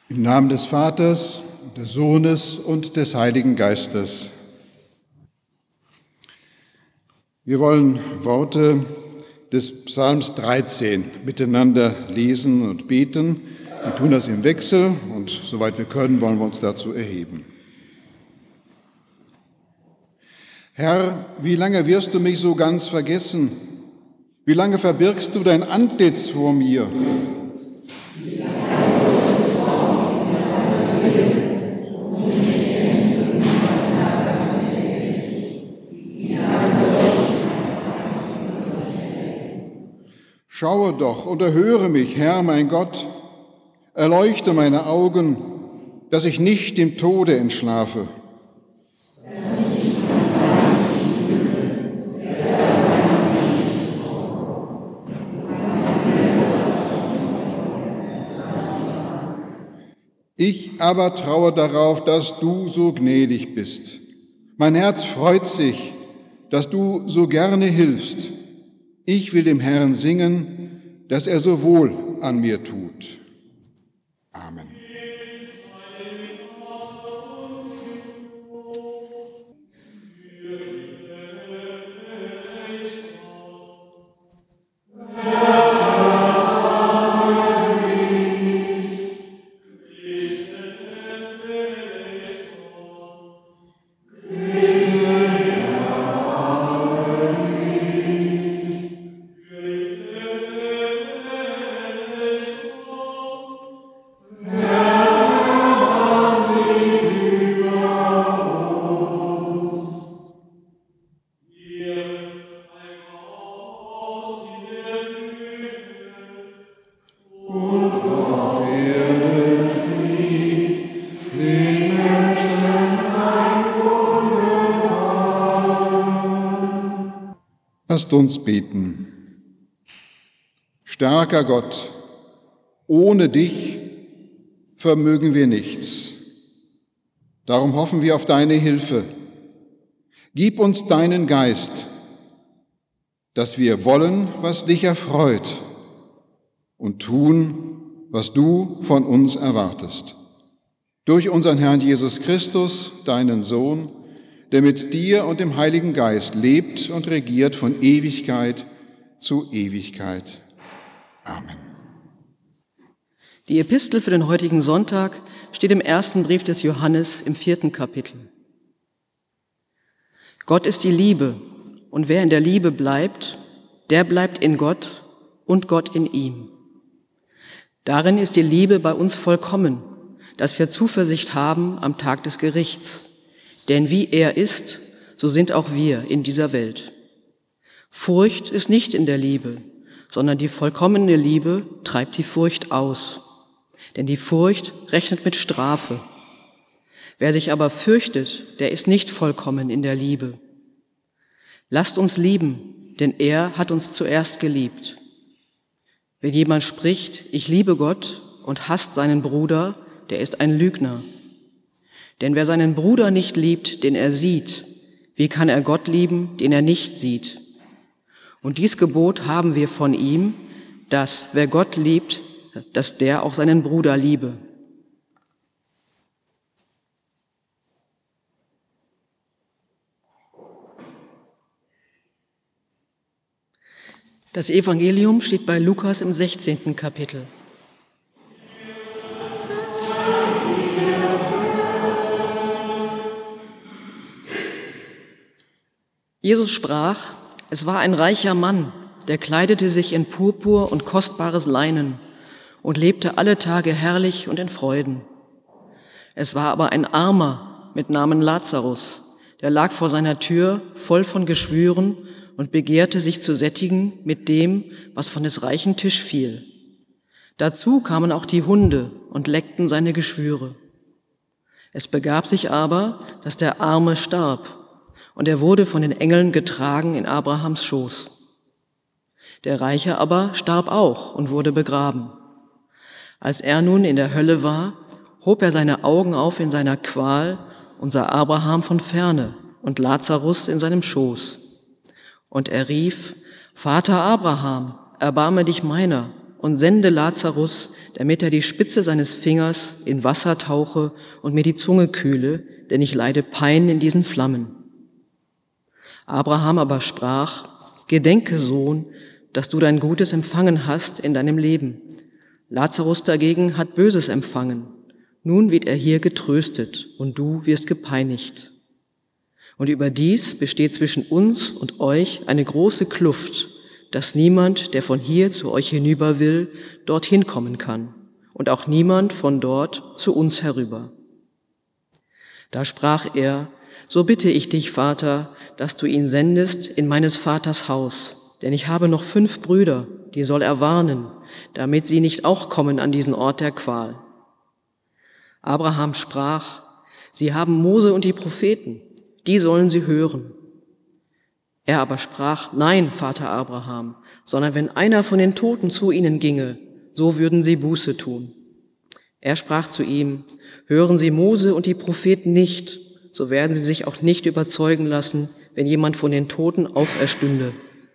Im Namen des Vaters, des Sohnes und des Heiligen Geistes. Wir wollen Worte des Psalms 13 miteinander lesen und beten. Wir tun das im Wechsel und soweit wir können, wollen wir uns dazu erheben. Herr, wie lange wirst du mich so ganz vergessen? Wie lange verbirgst du dein Antlitz vor mir? Schaue doch und erhöre mich, Herr, mein Gott. Erleuchte meine Augen, dass ich nicht dem Tode entschlafe. Ich aber traue darauf, dass du so gnädig bist. Mein Herz freut sich, dass du so gerne hilfst. Ich will dem Herrn singen, dass er so wohl an mir tut. Amen. Lasst uns beten. Starker Gott, ohne dich vermögen wir nichts. Darum hoffen wir auf deine Hilfe. Gib uns deinen Geist, dass wir wollen, was dich erfreut und tun, was du von uns erwartest. Durch unseren Herrn Jesus Christus, deinen Sohn, der mit dir und dem Heiligen Geist lebt und regiert von Ewigkeit zu Ewigkeit. Amen. Die Epistel für den heutigen Sonntag steht im ersten Brief des Johannes im 4. Kapitel. Gott ist die Liebe, und wer in der Liebe bleibt, der bleibt in Gott und Gott in ihm. Darin ist die Liebe bei uns vollkommen, dass wir Zuversicht haben am Tag des Gerichts. Denn wie er ist, so sind auch wir in dieser Welt. Furcht ist nicht in der Liebe, sondern die vollkommene Liebe treibt die Furcht aus. Denn die Furcht rechnet mit Strafe. Wer sich aber fürchtet, der ist nicht vollkommen in der Liebe. Lasst uns lieben, denn er hat uns zuerst geliebt. Wenn jemand spricht, ich liebe Gott und hasst seinen Bruder, der ist ein Lügner. Denn wer seinen Bruder nicht liebt, den er sieht, wie kann er Gott lieben, den er nicht sieht? Und dies Gebot haben wir von ihm, dass wer Gott liebt, dass der auch seinen Bruder liebe. Das Evangelium steht bei Lukas im 16. Kapitel. Jesus sprach, es war ein reicher Mann, der kleidete sich in Purpur und kostbares Leinen und lebte alle Tage herrlich und in Freuden. Es war aber ein Armer mit Namen Lazarus, der lag vor seiner Tür voll von Geschwüren und begehrte sich zu sättigen mit dem, was von des reichen Tisch fiel. Dazu kamen auch die Hunde und leckten seine Geschwüre. Es begab sich aber, dass der Arme starb, und er wurde von den Engeln getragen in Abrahams Schoß. Der Reiche aber starb auch und wurde begraben. Als er nun in der Hölle war, hob er seine Augen auf in seiner Qual und sah Abraham von ferne und Lazarus in seinem Schoß. Und er rief, Vater Abraham, erbarme dich meiner und sende Lazarus, damit er die Spitze seines Fingers in Wasser tauche und mir die Zunge kühle, denn ich leide Pein in diesen Flammen. Abraham aber sprach, Gedenke, Sohn, dass du dein Gutes empfangen hast in deinem Leben. Lazarus dagegen hat Böses empfangen. Nun wird er hier getröstet und du wirst gepeinigt. Und überdies besteht zwischen uns und euch eine große Kluft, dass niemand, der von hier zu euch hinüber will, dorthin kommen kann und auch niemand von dort zu uns herüber. Da sprach er, so bitte ich dich, Vater, dass du ihn sendest in meines Vaters Haus, denn ich habe noch 5 Brüder, die soll er warnen, damit sie nicht auch kommen an diesen Ort der Qual. Abraham sprach, sie haben Mose und die Propheten, die sollen sie hören. Er aber sprach, nein, Vater Abraham, sondern wenn einer von den Toten zu ihnen ginge, so würden sie Buße tun. Er sprach zu ihm, hören Sie Mose und die Propheten nicht, so werden sie sich auch nicht überzeugen lassen, wenn jemand von den Toten auferstünde.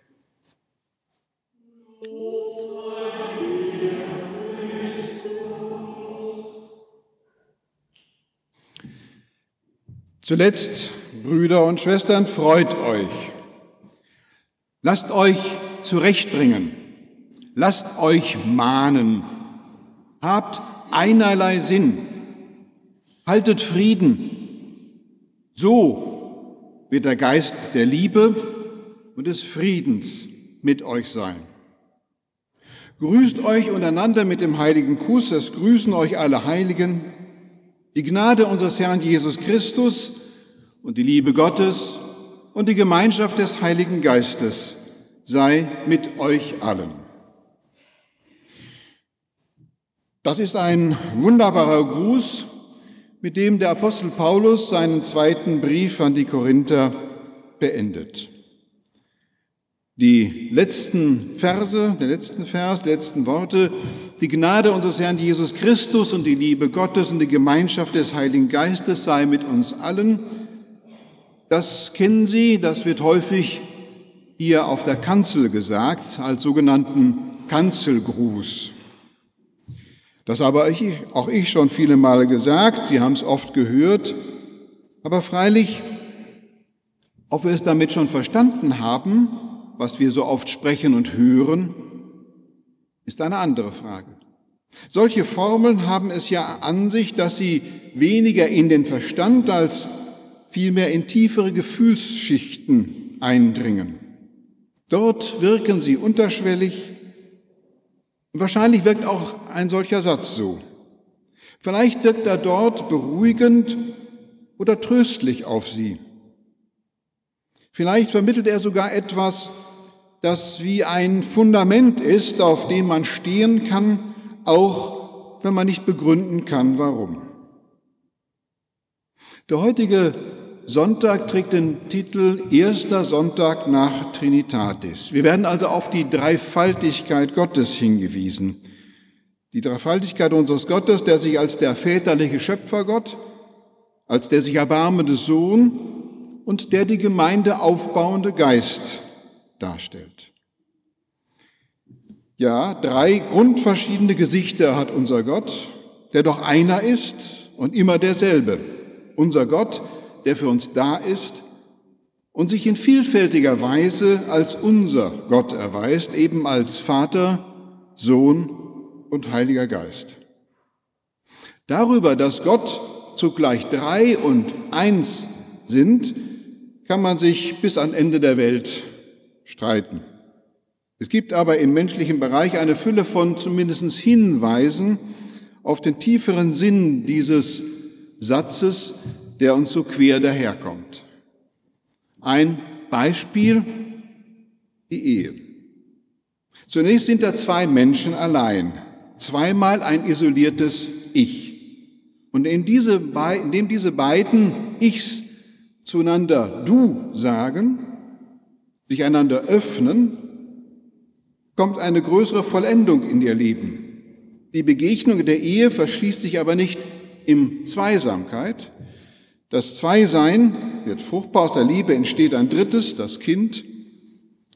Zuletzt, Brüder und Schwestern, freut euch. Lasst euch zurechtbringen. Lasst euch mahnen. Habt einerlei Sinn. Haltet Frieden. So wird der Geist der Liebe und des Friedens mit euch sein. Grüßt euch untereinander mit dem heiligen Kuss, es grüßen euch alle Heiligen. Die Gnade unseres Herrn Jesus Christus und die Liebe Gottes und die Gemeinschaft des Heiligen Geistes sei mit euch allen. Das ist ein wunderbarer Gruß, mit dem der Apostel Paulus seinen 2. Brief an die Korinther beendet. Die letzten Verse, die letzten Worte, die Gnade unseres Herrn Jesus Christus und die Liebe Gottes und die Gemeinschaft des Heiligen Geistes sei mit uns allen. Das kennen Sie, das wird häufig hier auf der Kanzel gesagt, als sogenannten Kanzelgruß. Das habe auch ich schon viele Male gesagt, Sie haben es oft gehört, aber freilich, ob wir es damit schon verstanden haben, was wir so oft sprechen und hören, ist eine andere Frage. Solche Formeln haben es ja an sich, dass sie weniger in den Verstand als vielmehr in tiefere Gefühlsschichten eindringen. Dort wirken sie unterschwellig. Und wahrscheinlich wirkt auch ein solcher Satz so. Vielleicht wirkt er dort beruhigend oder tröstlich auf Sie. Vielleicht vermittelt er sogar etwas, das wie ein Fundament ist, auf dem man stehen kann, auch wenn man nicht begründen kann, warum. Der heutige Sonntag trägt den Titel Erster Sonntag nach Trinitatis. Wir werden also auf die Dreifaltigkeit Gottes hingewiesen. Die Dreifaltigkeit unseres Gottes, der sich als der väterliche Schöpfergott, als der sich erbarmende Sohn und der die Gemeinde aufbauende Geist darstellt. Ja, 3 grundverschiedene Gesichter hat unser Gott, der doch einer ist und immer derselbe. Unser Gott, der für uns da ist und sich in vielfältiger Weise als unser Gott erweist, eben als Vater, Sohn und Heiliger Geist. Darüber, dass Gott zugleich 3 und 1 sind, kann man sich bis ans Ende der Welt streiten. Es gibt aber im menschlichen Bereich eine Fülle von zumindest Hinweisen auf den tieferen Sinn dieses Satzes, der uns so quer daherkommt. Ein Beispiel, die Ehe. Zunächst sind da 2 Menschen allein, zweimal ein isoliertes Ich. Und indem diese beiden Ichs zueinander Du sagen, sich einander öffnen, kommt eine größere Vollendung in ihr Leben. Die Begegnung der Ehe verschließt sich aber nicht in Zweisamkeit. Das Zweisein wird fruchtbar, aus der Liebe entsteht ein drittes, das Kind.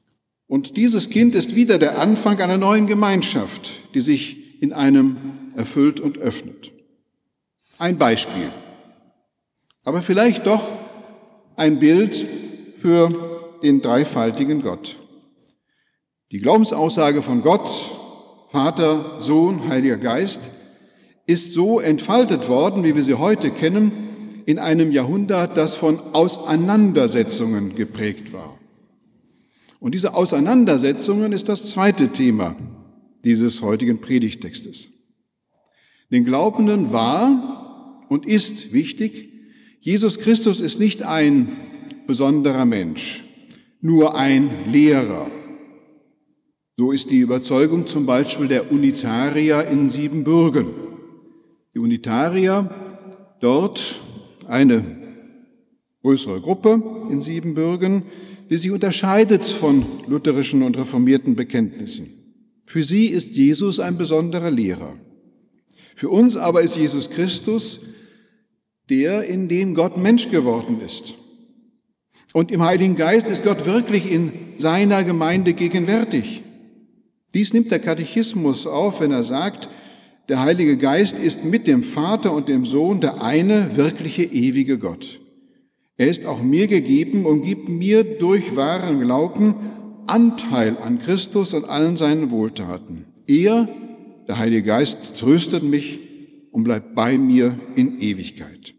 Und dieses Kind ist wieder der Anfang einer neuen Gemeinschaft, die sich in einem erfüllt und öffnet. Ein Beispiel, aber vielleicht doch ein Bild für den dreifaltigen Gott. Die Glaubensaussage von Gott, Vater, Sohn, Heiliger Geist, ist so entfaltet worden, wie wir sie heute kennen, in einem Jahrhundert, das von Auseinandersetzungen geprägt war. Und diese Auseinandersetzungen ist das zweite Thema dieses heutigen Predigttextes. Den Glaubenden war und ist wichtig, Jesus Christus ist nicht ein besonderer Mensch, nur ein Lehrer. So ist die Überzeugung zum Beispiel der Unitarier in Siebenbürgen. Die Unitarier, dort eine größere Gruppe in Siebenbürgen, die sich unterscheidet von lutherischen und reformierten Bekenntnissen. Für sie ist Jesus ein besonderer Lehrer. Für uns aber ist Jesus Christus der, in dem Gott Mensch geworden ist. Und im Heiligen Geist ist Gott wirklich in seiner Gemeinde gegenwärtig. Dies nimmt der Katechismus auf, wenn er sagt, der Heilige Geist ist mit dem Vater und dem Sohn der eine wirkliche ewige Gott. Er ist auch mir gegeben und gibt mir durch wahren Glauben Anteil an Christus und allen seinen Wohltaten. Er, der Heilige Geist, tröstet mich und bleibt bei mir in Ewigkeit.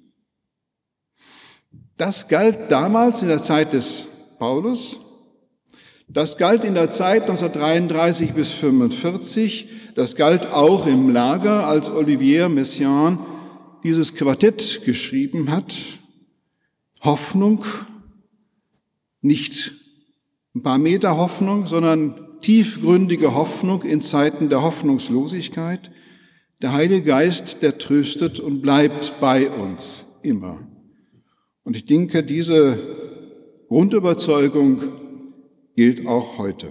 Das galt damals in der Zeit des Paulus, das galt in der Zeit 1933 bis 1945, das galt auch im Lager, als Olivier Messiaen dieses Quartett geschrieben hat. Hoffnung, nicht ein paar Meter Hoffnung, sondern tiefgründige Hoffnung in Zeiten der Hoffnungslosigkeit. Der Heilige Geist, der tröstet und bleibt bei uns immer. Und ich denke, diese Grundüberzeugung gilt auch heute.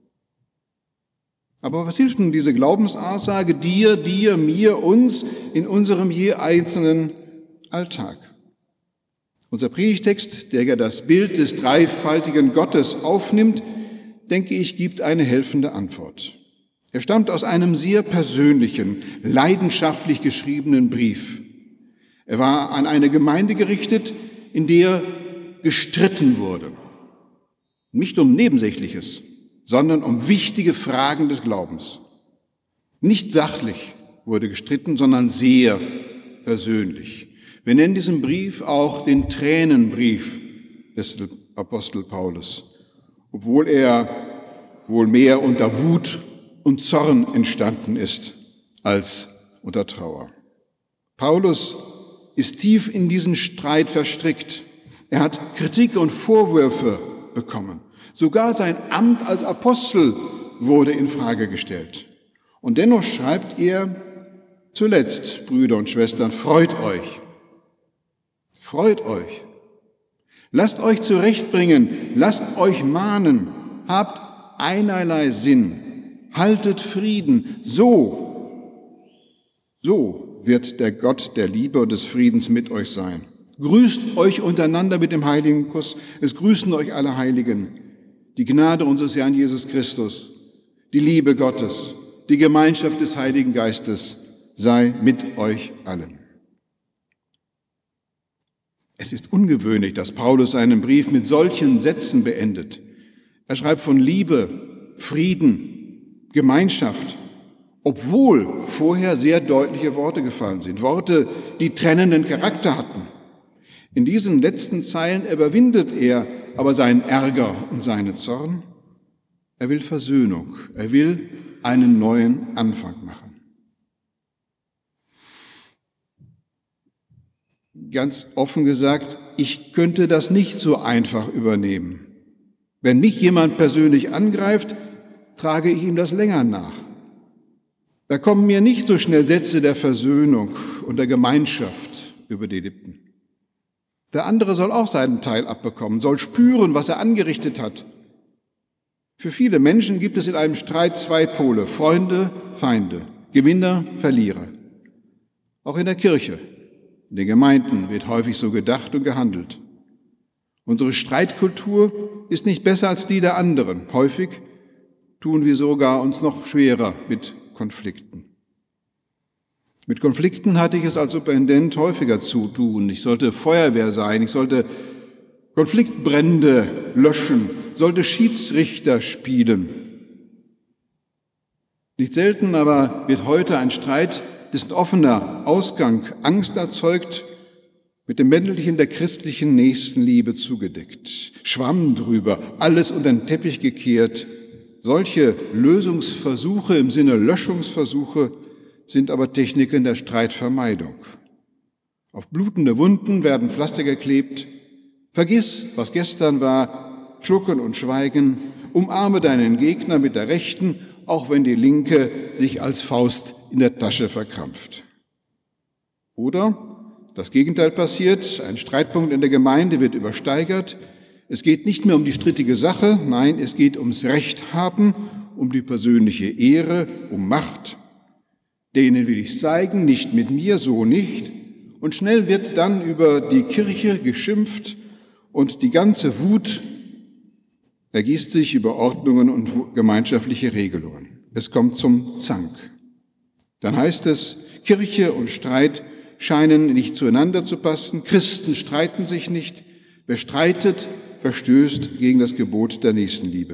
Aber was hilft nun diese Glaubensaussage dir, mir, uns in unserem je einzelnen Alltag? Unser Predigtext, der ja das Bild des dreifaltigen Gottes aufnimmt, denke ich, gibt eine helfende Antwort. Er stammt aus einem sehr persönlichen, leidenschaftlich geschriebenen Brief. Er war an eine Gemeinde gerichtet, in der gestritten wurde. Nicht um Nebensächliches, sondern um wichtige Fragen des Glaubens. Nicht sachlich wurde gestritten, sondern sehr persönlich. Wir nennen diesen Brief auch den Tränenbrief des Apostel Paulus, obwohl er wohl mehr unter Wut und Zorn entstanden ist als unter Trauer. Paulus ist tief in diesen Streit verstrickt. Er hat Kritik und Vorwürfe bekommen. Sogar sein Amt als Apostel wurde in Frage gestellt. Und dennoch schreibt er zuletzt, Brüder und Schwestern, freut euch. Freut euch. Lasst euch zurechtbringen, lasst euch mahnen, habt einerlei Sinn, haltet Frieden. So wird der Gott der Liebe und des Friedens mit euch sein. Grüßt euch untereinander mit dem heiligen Kuss. Es grüßen euch alle Heiligen. Die Gnade unseres Herrn Jesus Christus, die Liebe Gottes, die Gemeinschaft des Heiligen Geistes sei mit euch allen. Es ist ungewöhnlich, dass Paulus seinen Brief mit solchen Sätzen beendet. Er schreibt von Liebe, Frieden, Gemeinschaft, obwohl vorher sehr deutliche Worte gefallen sind, Worte, die trennenden Charakter hatten. In diesen letzten Zeilen überwindet er aber seinen Ärger und seinen Zorn. Er will Versöhnung, er will einen neuen Anfang machen. Ganz offen gesagt, ich könnte das nicht so einfach übernehmen. Wenn mich jemand persönlich angreift, trage ich ihm das länger nach. Da kommen mir nicht so schnell Sätze der Versöhnung und der Gemeinschaft über die Lippen. Der andere soll auch seinen Teil abbekommen, soll spüren, was er angerichtet hat. Für viele Menschen gibt es in einem Streit zwei Pole, Freunde, Feinde, Gewinner, Verlierer. Auch in der Kirche, in den Gemeinden wird häufig so gedacht und gehandelt. Unsere Streitkultur ist nicht besser als die der anderen. Häufig tun wir sogar uns noch schwerer mit Konflikten. Mit Konflikten hatte ich es als Superintendent häufiger zu tun. Ich sollte Feuerwehr sein, ich sollte Konfliktbrände löschen, sollte Schiedsrichter spielen. Nicht selten aber wird heute ein Streit, dessen offener Ausgang Angst erzeugt, mit dem Mäntelchen der christlichen Nächstenliebe zugedeckt. Schwamm drüber, alles unter den Teppich gekehrt. Solche Lösungsversuche im Sinne Löschungsversuche sind aber Techniken der Streitvermeidung. Auf blutende Wunden werden Pflaster geklebt. Vergiss, was gestern war, schlucken und schweigen. Umarme deinen Gegner mit der rechten, auch wenn die linke sich als Faust in der Tasche verkrampft. Oder das Gegenteil passiert, ein Streitpunkt in der Gemeinde wird übersteigert. Es geht nicht mehr um die strittige Sache, nein, es geht ums Recht haben, um die persönliche Ehre, um Macht. Denen will ich zeigen, nicht mit mir, so nicht. Und schnell wird dann über die Kirche geschimpft und die ganze Wut ergießt sich über Ordnungen und gemeinschaftliche Regelungen. Es kommt zum Zank. Dann heißt es, Kirche und Streit scheinen nicht zueinander zu passen. Christen streiten sich nicht. Wer streitet, verstößt gegen das Gebot der Nächstenliebe.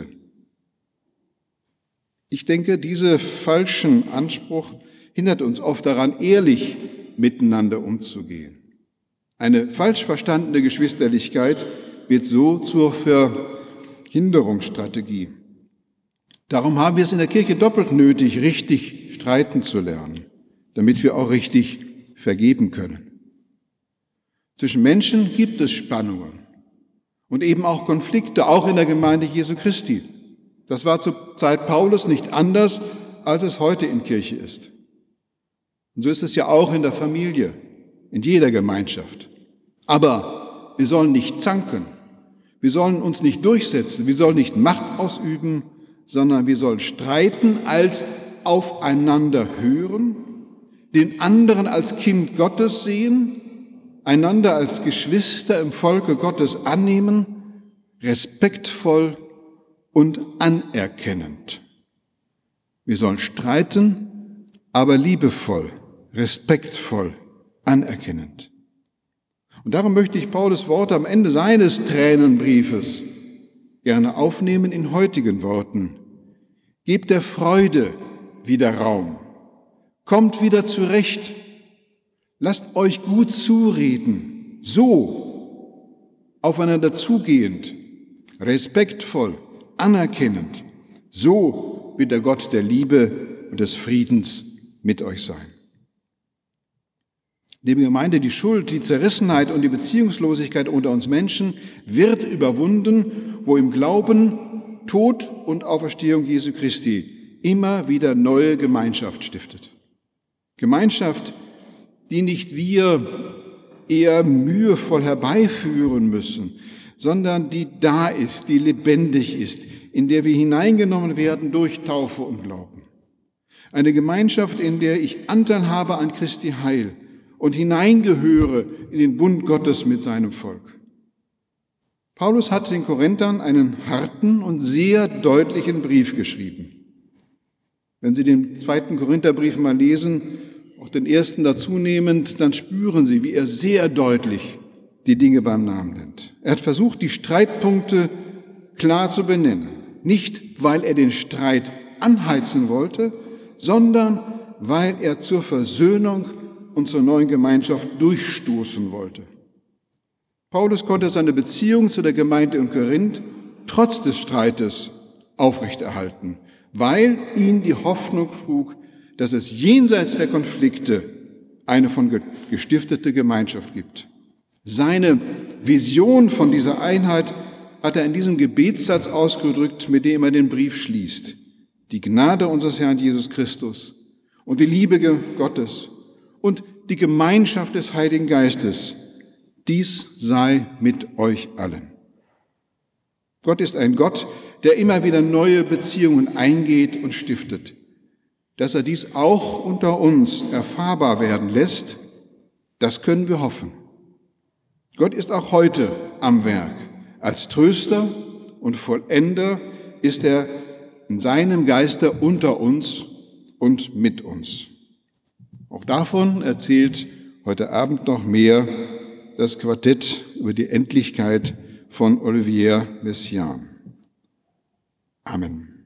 Ich denke, dieser falschen Anspruch hindert uns oft daran, ehrlich miteinander umzugehen. Eine falsch verstandene Geschwisterlichkeit wird so zur Verhinderungsstrategie. Darum haben wir es in der Kirche doppelt nötig, richtig streiten zu lernen, damit wir auch richtig vergeben können. Zwischen Menschen gibt es Spannungen und eben auch Konflikte, auch in der Gemeinde Jesu Christi. Das war zur Zeit Paulus nicht anders, als es heute in Kirche ist. Und so ist es ja auch in der Familie, in jeder Gemeinschaft. Aber wir sollen nicht zanken, wir sollen uns nicht durchsetzen, wir sollen nicht Macht ausüben, sondern wir sollen streiten als aufeinander hören, den anderen als Kind Gottes sehen, einander als Geschwister im Volke Gottes annehmen, respektvoll und anerkennend. Wir sollen streiten, aber liebevoll, respektvoll, anerkennend. Und darum möchte ich Paulus Worte am Ende seines Tränenbriefes gerne aufnehmen in heutigen Worten. Gebt der Freude wieder Raum. Kommt wieder zurecht. Lasst euch gut zureden. So, aufeinander zugehend, respektvoll, anerkennend. So wird der Gott der Liebe und des Friedens mit euch sein. Liebe Gemeinde, die Schuld, die Zerrissenheit und die Beziehungslosigkeit unter uns Menschen wird überwunden, wo im Glauben Tod und Auferstehung Jesu Christi immer wieder neue Gemeinschaft stiftet. Gemeinschaft, die nicht wir eher mühevoll herbeiführen müssen, sondern die da ist, die lebendig ist, in der wir hineingenommen werden durch Taufe und Glauben. Eine Gemeinschaft, in der ich Anteil habe an Christi Heil und hineingehöre in den Bund Gottes mit seinem Volk. Paulus hat den Korinthern einen harten und sehr deutlichen Brief geschrieben. Wenn Sie den 2. Korintherbrief mal lesen, auch den ersten dazu nehmend, dann spüren Sie, wie er sehr deutlich die Dinge beim Namen nennt. Er hat versucht, die Streitpunkte klar zu benennen. Nicht, weil er den Streit anheizen wollte, sondern weil er zur Versöhnung und zur neuen Gemeinschaft durchstoßen wollte. Paulus konnte seine Beziehung zu der Gemeinde in Korinth trotz des Streites aufrechterhalten, weil ihn die Hoffnung trug, dass es jenseits der Konflikte eine von gestiftete Gemeinschaft gibt. Seine Vision von dieser Einheit hat er in diesem Gebetssatz ausgedrückt, mit dem er den Brief schließt. Die Gnade unseres Herrn Jesus Christus und die Liebe Gottes und die Gemeinschaft des Heiligen Geistes, dies sei mit euch allen. Gott ist ein Gott, der immer wieder neue Beziehungen eingeht und stiftet. Dass er dies auch unter uns erfahrbar werden lässt, das können wir hoffen. Gott ist auch heute am Werk, Als Tröster und Vollender ist er in seinem Geiste unter uns und mit uns. Auch davon erzählt heute Abend noch mehr das Quartett über die Endlichkeit von Olivier Messiaen. Amen.